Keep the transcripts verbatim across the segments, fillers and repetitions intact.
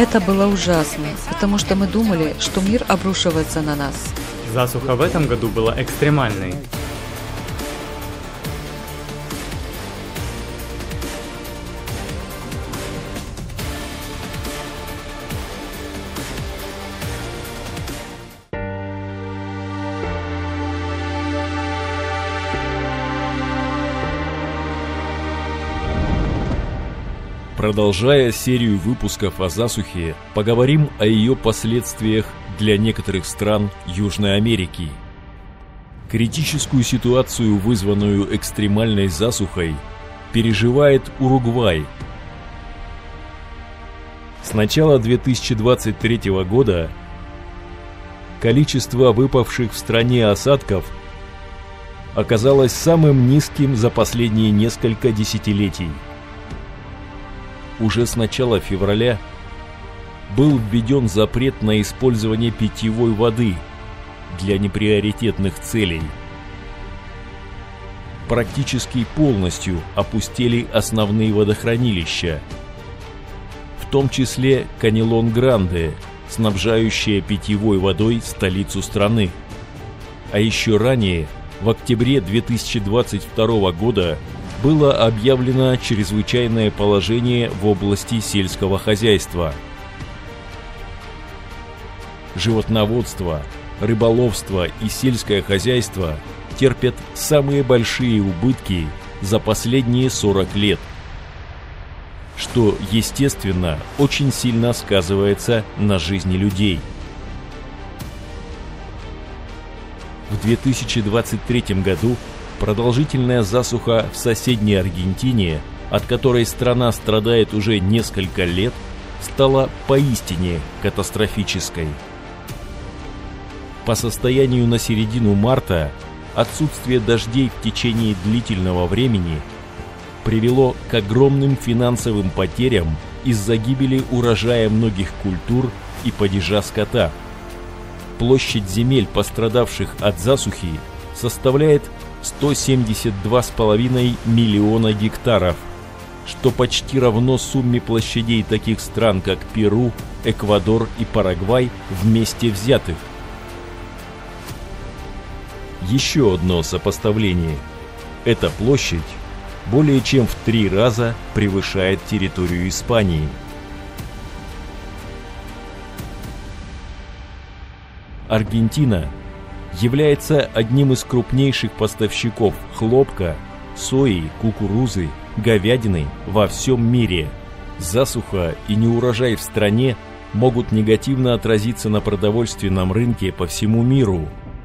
Это было ужасно, потому что мы думали, что мир обрушивается на нас. Засуха в этом году была экстремальной. Продолжая серию выпусков о засухе, поговорим о ее последствиях для некоторых стран Южной Америки. Критическую ситуацию, вызванную экстремальной засухой, переживает Уругвай. С начала две тысячи двадцать третьего года количество выпавших в стране осадков оказалось самым низким за последние несколько десятилетий. Уже с начала февраля был введен запрет на использование питьевой воды для неприоритетных целей. Практически полностью опустели основные водохранилища, в том числе Канелон-Гранде, снабжающая питьевой водой столицу страны. А еще ранее, в октябре две тысячи двадцать второго года, было объявлено чрезвычайное положение в области сельского хозяйства. Животноводство, рыболовство и сельское хозяйство терпят самые большие убытки за последние сорок лет, что, естественно, очень сильно сказывается на жизни людей. В две тысячи двадцать третьем году продолжительная засуха в соседней Аргентине, от которой страна страдает уже несколько лет, стала поистине катастрофической. По состоянию на середину марта отсутствие дождей в течение длительного времени привело к огромным финансовым потерям из-за гибели урожая многих культур и падежа скота. Площадь земель, пострадавших от засухи, составляет сто семьдесят два с половиной миллиона гектаров, что почти равно сумме площадей таких стран, как Перу, Эквадор и Парагвай вместе взятых. Еще одно сопоставление. Эта площадь более чем в три раза превышает территорию Испании. Аргентина является одним из крупнейших поставщиков хлопка, сои, кукурузы, говядины во всем мире. Засуха и неурожай в стране могут негативно отразиться на продовольственном рынке по всему миру.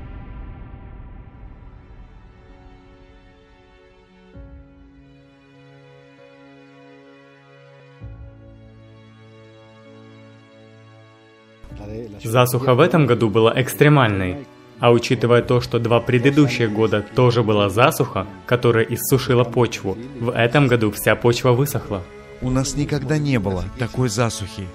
Засуха в этом году была экстремальной. А учитывая то, что два предыдущих года тоже была засуха, которая иссушила почву, в этом году вся почва высохла. У нас никогда не было такой засухи.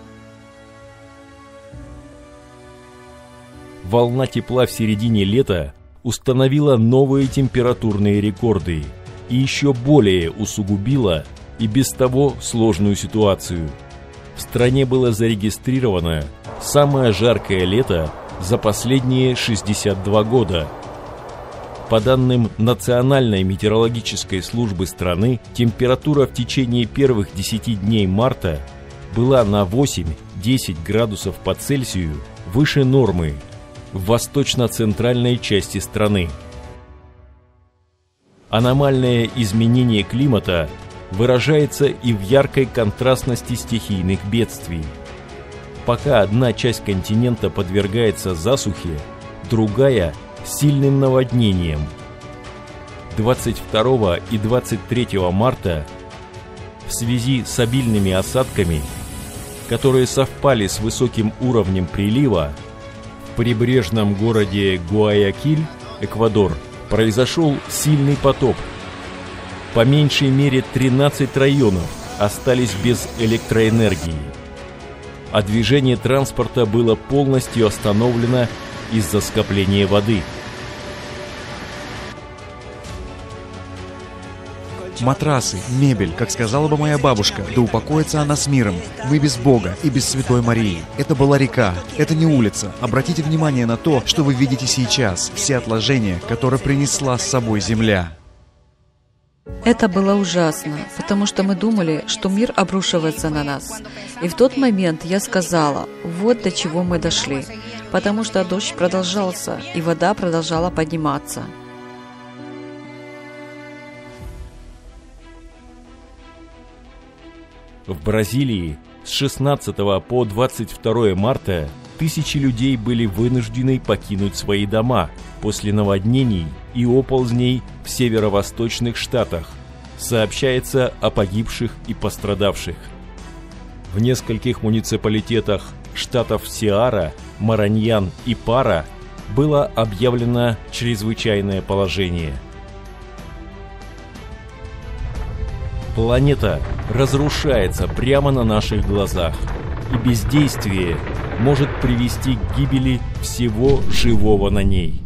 Волна тепла в середине лета установила новые температурные рекорды и еще более усугубила и без того сложную ситуацию. В стране было зарегистрировано самое жаркое лето за последние шестьдесят два года. По данным Национальной метеорологической службы страны, температура в течение первых десяти дней марта была на восемь-десять градусов по Цельсию выше нормы в восточно-центральной части страны. Аномальное изменение климата выражается и в яркой контрастности стихийных бедствий. Пока одна часть континента подвергается засухе, другая – сильным наводнениям. двадцать второго и двадцать третьего марта в связи с обильными осадками, которые совпали с высоким уровнем прилива, в прибрежном городе Гуаякиль, Эквадор, произошел сильный потоп. По меньшей мере тринадцать районов остались без электроэнергии, а движение транспорта было полностью остановлено из-за скопления воды. матрасы, мебель, как сказала бы моя бабушка, да упокоится она с миром. Вы без Бога и без Святой Марии. Это была река, это не улица. Обратите внимание на то, что вы видите сейчас, все отложения, которые принесла с собой земля. Это было ужасно, потому что мы думали, что мир обрушивается на нас. И в тот момент я сказала, вот до чего мы дошли, потому что дождь продолжался, и вода продолжала подниматься. В Бразилии с шестнадцатого по двадцать второе марта тысячи людей были вынуждены покинуть свои дома после наводнений и оползней в северо-восточных штатах. Сообщается о погибших и пострадавших. В нескольких муниципалитетах штатов Сеара, Мараньян и Пара было объявлено чрезвычайное положение. Планета разрушается прямо на наших глазах, и бездействие может привести к гибели всего живого на ней.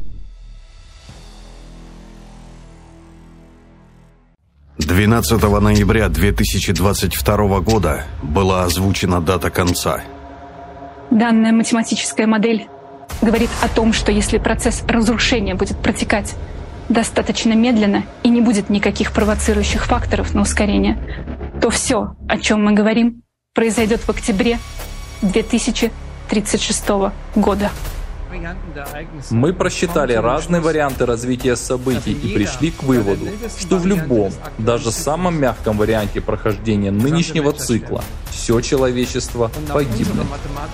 двенадцатого ноября две тысячи двадцать второго года была озвучена дата конца. Данная математическая модель говорит о том, что если процесс разрушения будет протекать достаточно медленно и не будет никаких провоцирующих факторов на ускорение, то все, о чем мы говорим, произойдет в октябре две тысячи тридцать шестого года. Мы просчитали разные варианты развития событий и пришли к выводу, что в любом, даже самом мягком варианте прохождения нынешнего цикла все человечество погибнет.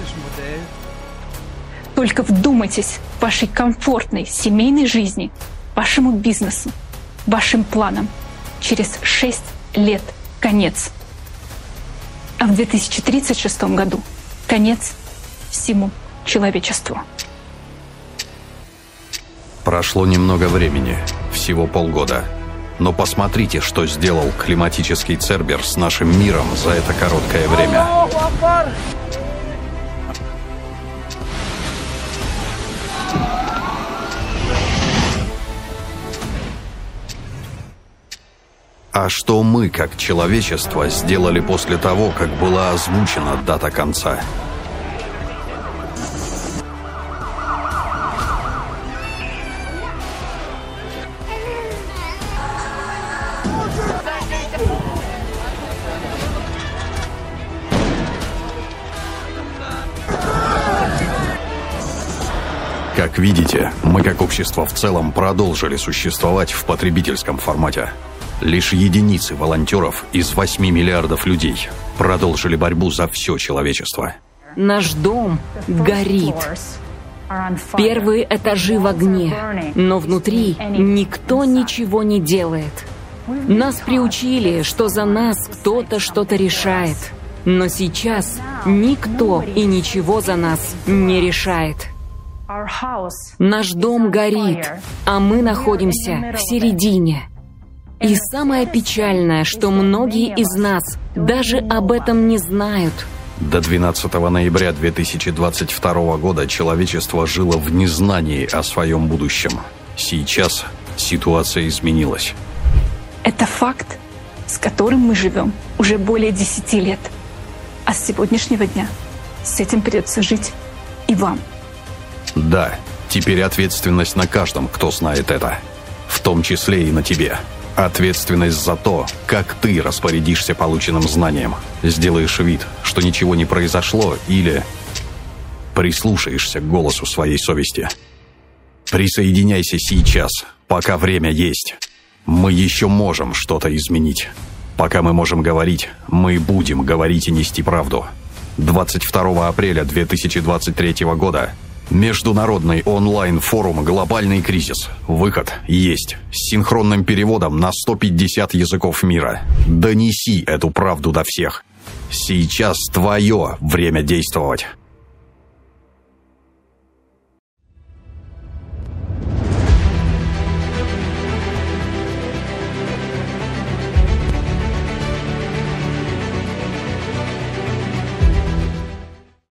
Только вдумайтесь в вашей комфортной семейной жизни, вашему бизнесу, вашим планам. Через шесть лет конец. А в две тысячи тридцать шестом году конец всему человечеству. Прошло немного времени, всего полгода. Но посмотрите, что сделал климатический Цербер с нашим миром за это короткое время. А что мы, как человечество, сделали после того, как была озвучена дата конца? Как видите, мы как общество в целом продолжили существовать в потребительском формате. Лишь единицы волонтеров из восьми миллиардов людей продолжили борьбу за все человечество. Наш дом горит. Первые этажи в огне, но внутри никто ничего не делает. Нас приучили, что за нас кто-то что-то решает. Но сейчас никто и ничего за нас не решает. Наш дом горит, а мы находимся в середине. И самое печальное, что многие из нас даже об этом не знают. До двенадцатого ноября две тысячи двадцать второго года человечество жило в незнании о своем будущем. Сейчас ситуация изменилась. Это факт, с которым мы живем уже более десяти лет. А с сегодняшнего дня с этим придется жить и вам. Да, теперь ответственность на каждом, кто знает это. В том числе и на тебе. Ответственность за то, как ты распорядишься полученным знанием. Сделаешь вид, что ничего не произошло, или прислушаешься к голосу своей совести. Присоединяйся сейчас, пока время есть. Мы еще можем что-то изменить. Пока мы можем говорить, мы будем говорить и нести правду. двадцать второго апреля две тысячи двадцать третьего года. Международный онлайн-форум «Глобальный кризис». Выход есть. С синхронным переводом на сто пятьдесят языков мира. Донеси эту правду до всех. Сейчас твое время действовать.